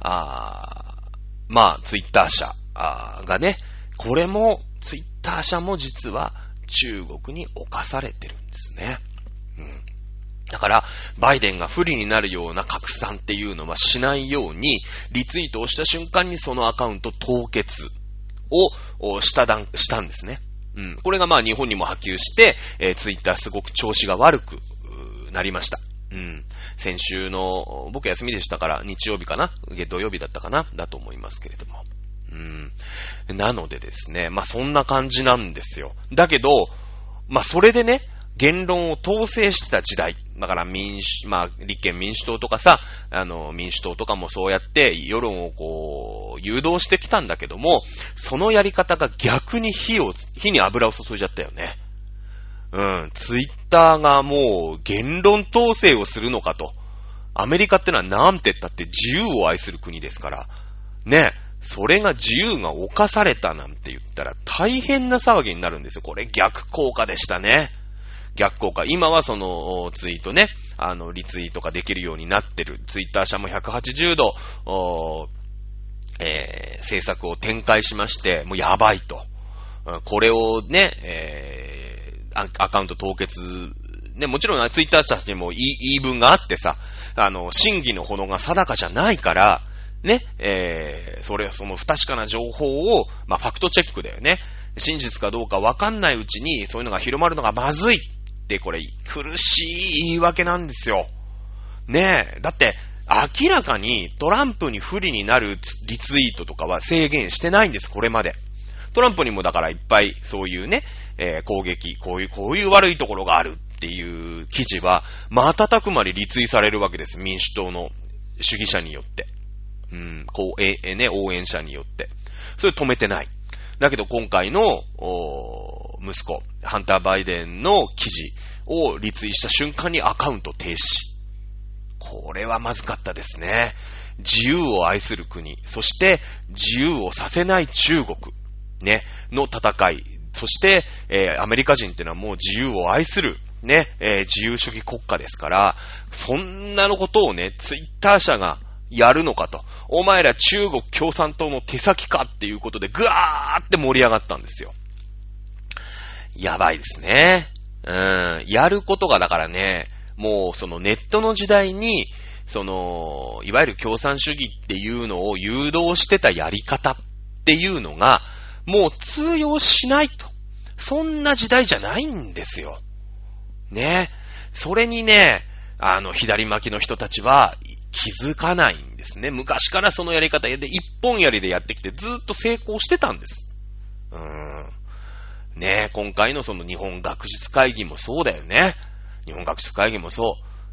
Speaker 1: まあツイッター社がね、これもツイッター社も実は中国に侵されてるんですね。だからバイデンが不利になるような拡散っていうのはしないように、リツイートをした瞬間にそのアカウント凍結をしたんですね。これがまあ日本にも波及して、ツイッターすごく調子が悪くなりました。先週の、僕休みでしたから日曜日かな？土曜日だったかな？だと思いますけれども。なのでですね、まあそんな感じなんですよ。だけど、まあそれでね、言論を統制してた時代。だからまあ立憲民主党とかさ、民主党とかもそうやって世論をこう、誘導してきたんだけども、そのやり方が逆に火に油を注いじゃったよね。ツイッターがもう言論統制をするのかと。アメリカってのはなんて言ったって自由を愛する国ですから。ね。それが自由が侵されたなんて言ったら大変な騒ぎになるんですよ。これ逆効果でしたね。逆効果。今はそのツイートね、リツイートができるようになってる。ツイッター社も180度、政策を展開しまして、もうやばいと。これをね、アカウント凍結ね、もちろんツイッターたちにも言い分があってさ、真偽のほどが定かじゃないから、ね、その不確かな情報を、ファクトチェックだよね。真実かどうかわかんないうちに、そういうのが広まるのがまずいって、これ、苦しい言い訳なんですよ。ねえ、だって、明らかにトランプに不利になるリツイートとかは制限してないんです、これまで。トランプにもだからいっぱいそういうね、攻撃、こういう悪いところがあるっていう記事は、瞬く間にリツイされるわけです、民主党の主義者によって。応援者によって。それ止めてない。だけど今回の、息子、ハンター・バイデンの記事をリツイした瞬間にアカウント停止。これはまずかったですね。自由を愛する国、そして自由をさせない中国、ね、の戦い。そして、アメリカ人っていうのはもう自由を愛する、ね、自由主義国家ですから、そんなのことをね、ツイッター社がやるのかと。お前ら中国共産党の手先かっていうことでぐわーって盛り上がったんですよ。やばいですね。やることがだからね、もうそのネットの時代に、いわゆる共産主義っていうのを誘導してたやり方っていうのが、もう通用しないと。そんな時代じゃないんですよ。ね。それにね、左巻きの人たちは気づかないんですね。昔からそのやり方で一本やりでやってきてずっと成功してたんです。ね、今回のその日本学術会議もそうだよね。日本学術会議もそう。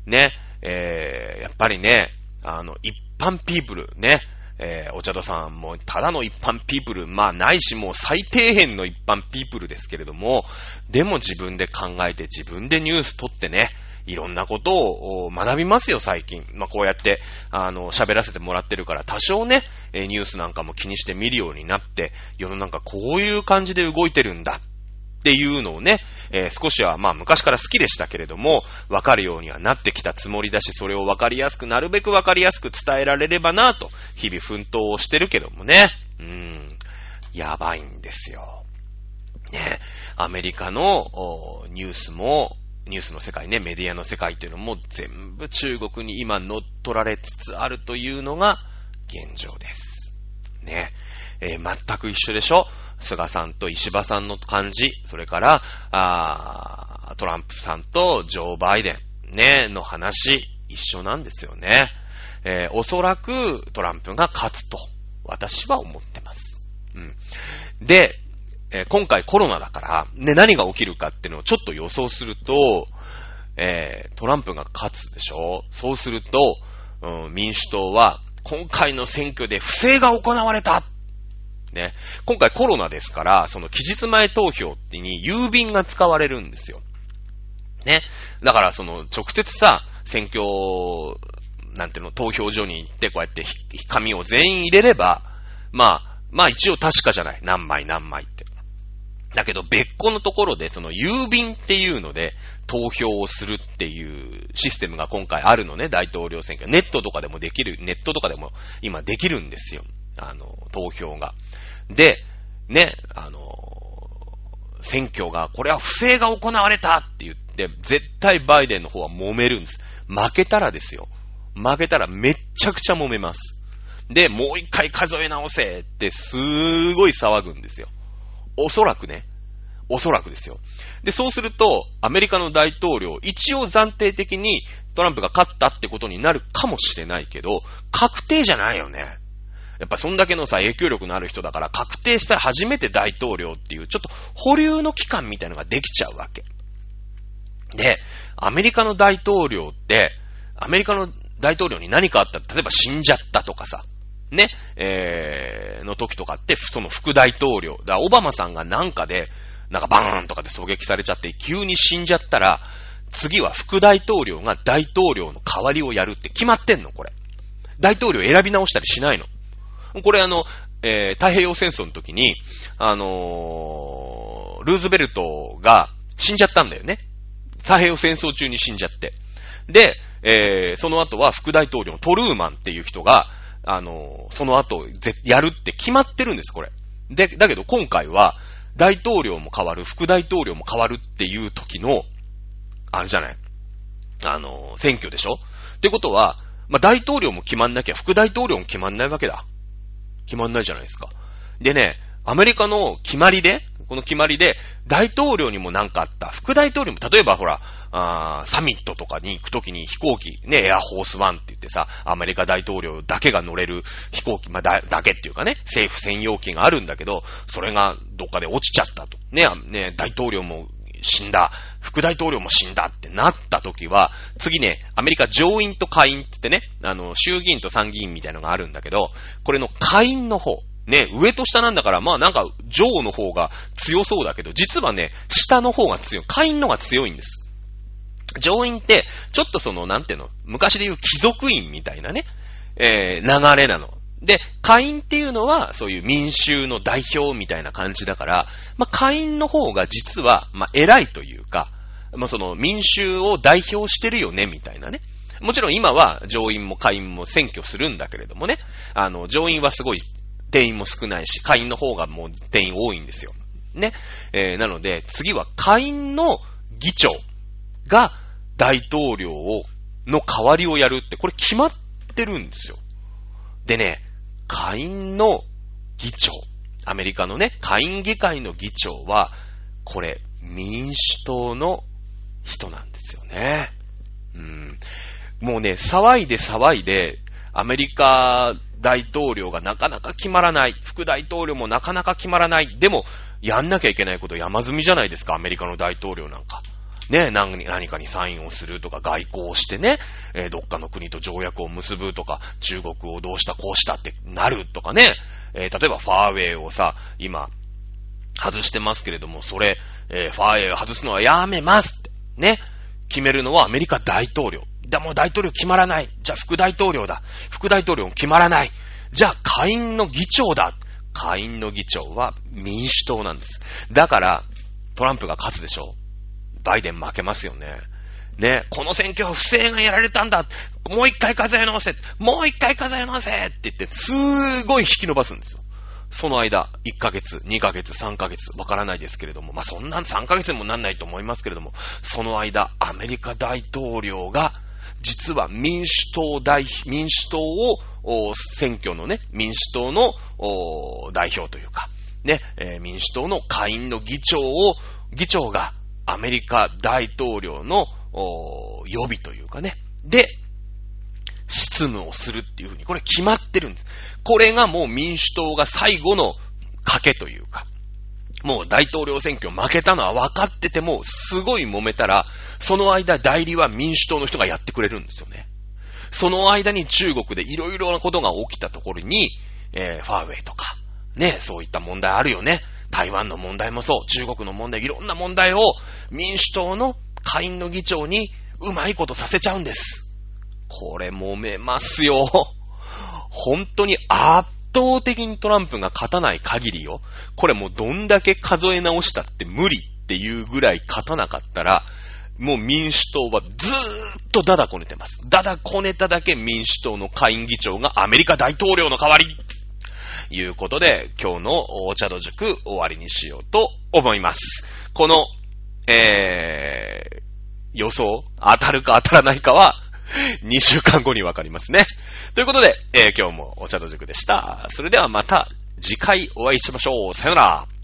Speaker 1: ね、やっぱりね、一般ピープル、ね、お茶戸さんもただの一般ピープル、ないしもう最底辺の一般ピープルですけれども、でも自分で考えて自分でニュース取ってね、いろんなことを学びますよ、最近。こうやって、喋らせてもらってるから、多少ね、ニュースなんかも気にして見るようになって、世の中こういう感じで動いてるんだっていうのをね、少しは昔から好きでしたけれども、わかるようにはなってきたつもりだし、それをわかりやすく、なるべくわかりやすく伝えられればなと、日々奮闘をしてるけどもね。やばいんですよ。ね、アメリカのニュースの世界ね、メディアの世界っていうのも全部中国に今乗っ取られつつあるというのが現状です。ね。全く一緒でしょ。菅さんと石破さんの感じ、それからトランプさんとジョー・バイデンねの話一緒なんですよね。おそらくトランプが勝つと私は思ってます。で、今回コロナだから、ね、何が起きるかっていうのをちょっと予想すると、トランプが勝つでしょ。そうすると、民主党は今回の選挙で不正が行われた。ね、今回コロナですから、その期日前投票に郵便が使われるんですよ。ね。だからその直接さ、選挙、投票所に行ってこうやって紙を全員入れれば、一応確かじゃない。何枚って。だけど別個のところでその郵便っていうので投票をするっていうシステムが今回あるのね、大統領選挙。ネットとかでも今できるんですよ。投票が。で、ね、選挙が、これは不正が行われたって言って、絶対バイデンの方は揉めるんです。負けたらですよ。負けたらめっちゃくちゃ揉めます。で、もう一回数え直せってすごい騒ぐんですよ。おそらくですよ。で、そうすると、アメリカの大統領、一応暫定的にトランプが勝ったってことになるかもしれないけど、確定じゃないよね。やっぱそんだけのさ、影響力のある人だから、確定したら初めて大統領っていう、ちょっと保留の期間みたいなのができちゃうわけ。で、アメリカの大統領って、アメリカの大統領に何かあったら、例えば死んじゃったとかさ、ね、の時とかって、その副大統領、だからオバマさんがなんかで、バーンとかで狙撃されちゃって、急に死んじゃったら、次は副大統領が大統領の代わりをやるって決まってんの、これ。大統領選び直したりしないの。これ太平洋戦争の時に、ルーズベルトが死んじゃったんだよね。太平洋戦争中に死んじゃって。で、その後は副大統領のトルーマンっていう人が、その後やるって決まってるんです、これ。で、だけど今回は、大統領も変わる、副大統領も変わるっていう時の、
Speaker 2: あれじゃない。選挙でしょってことは、まあ、大統領も決まんなきゃ副大統領も決まんないわけだ。決まんないじゃないですか。でね、アメリカの決まりで、この決まりで、大統領にもなんかあった。副大統領も、例えばほら、サミットとかに行くときに飛行機、ね、エアフォースワンって言ってさ、アメリカ大統領だけが乗れる飛行機、まあ、だけっていうかね、政府専用機があるんだけど、それがどっかで落ちちゃったと。ね、大統領も死んだ。副大統領も死んだってなった時は、次ね、アメリカ上院と下院って言ってね、衆議院と参議院みたいなのがあるんだけど、これの下院の方、ね、上と下なんだから、まあなんか上の方が強そうだけど、実はね、下の方が強い。下院のが強いんです。上院って、ちょっとなんていうの、昔で言う貴族院みたいなね、流れなの。で、下院っていうのは、そういう民衆の代表みたいな感じだから、まあ下院の方が実は、まあ偉いというか、まあ民衆を代表してるよね、みたいなね。もちろん今は上院も下院も選挙するんだけれどもね、上院はすごい定員も少ないし、下院の方がもう定員多いんですよ。ね。なので、次は下院の議長が大統領の代わりをやるって、これ決まってるんですよ。でね、下院の議長、アメリカのね、下院議会の議長は、これ、民主党の人なんですよね。もうね、騒いで、アメリカ大統領がなかなか決まらない。副大統領もなかなか決まらない。でも、やんなきゃいけないこと山積みじゃないですか、アメリカの大統領なんか。ね、何かにサインをするとか、外交をしてね、どっかの国と条約を結ぶとか、中国をどうしたこうしたってなるとかね、例えばファーウェイをさ、今、外してますけれども、それ、ファーウェイを外すのはやめますって、ね、決めるのはアメリカ大統領。でも大統領決まらない。じゃあ副大統領だ。副大統領も決まらない。じゃあ下院の議長だ。下院の議長は民主党なんです。だから、トランプが勝つでしょ。バイデン負けますよね。ね、この選挙は不正がやられたんだ。もう一回数え直せ。もう一回数え直せって言って、すごい引き伸ばすんですよ。その間、1ヶ月、2ヶ月、3ヶ月、わからないですけれども、まあ、そんな3ヶ月にもなんないと思いますけれども、その間、アメリカ大統領が、実は民主党を、選挙のね、民主党の代表というか、ね、民主党の下院の議長がアメリカ大統領の予備というかね、で、執務をするっていうふうに、これ決まってるんです。これがもう民主党が最後の賭けというか、もう大統領選挙負けたのは分かってても、すごい揉めたら、その間代理は民主党の人がやってくれるんですよね。その間に中国でいろいろなことが起きたところに、ファーウェイとか、ね、そういった問題あるよね。台湾の問題もそう、中国の問題、いろんな問題を民主党の下院の議長にうまいことさせちゃうんです。これ揉めますよ。本当に圧倒的にトランプが勝たない限りよ。これもうどんだけ数え直したって無理っていうぐらい勝たなかったら、もう民主党はずーっとダダこねてます。ダダこねただけ民主党の下院議長がアメリカ大統領の代わりいうことで、今日のお茶戸塾終わりにしようと思います。この、予想当たるか当たらないかは2週間後にわかりますね。ということで、今日もお茶戸塾でした。それではまた次回お会いしましょう。さよなら。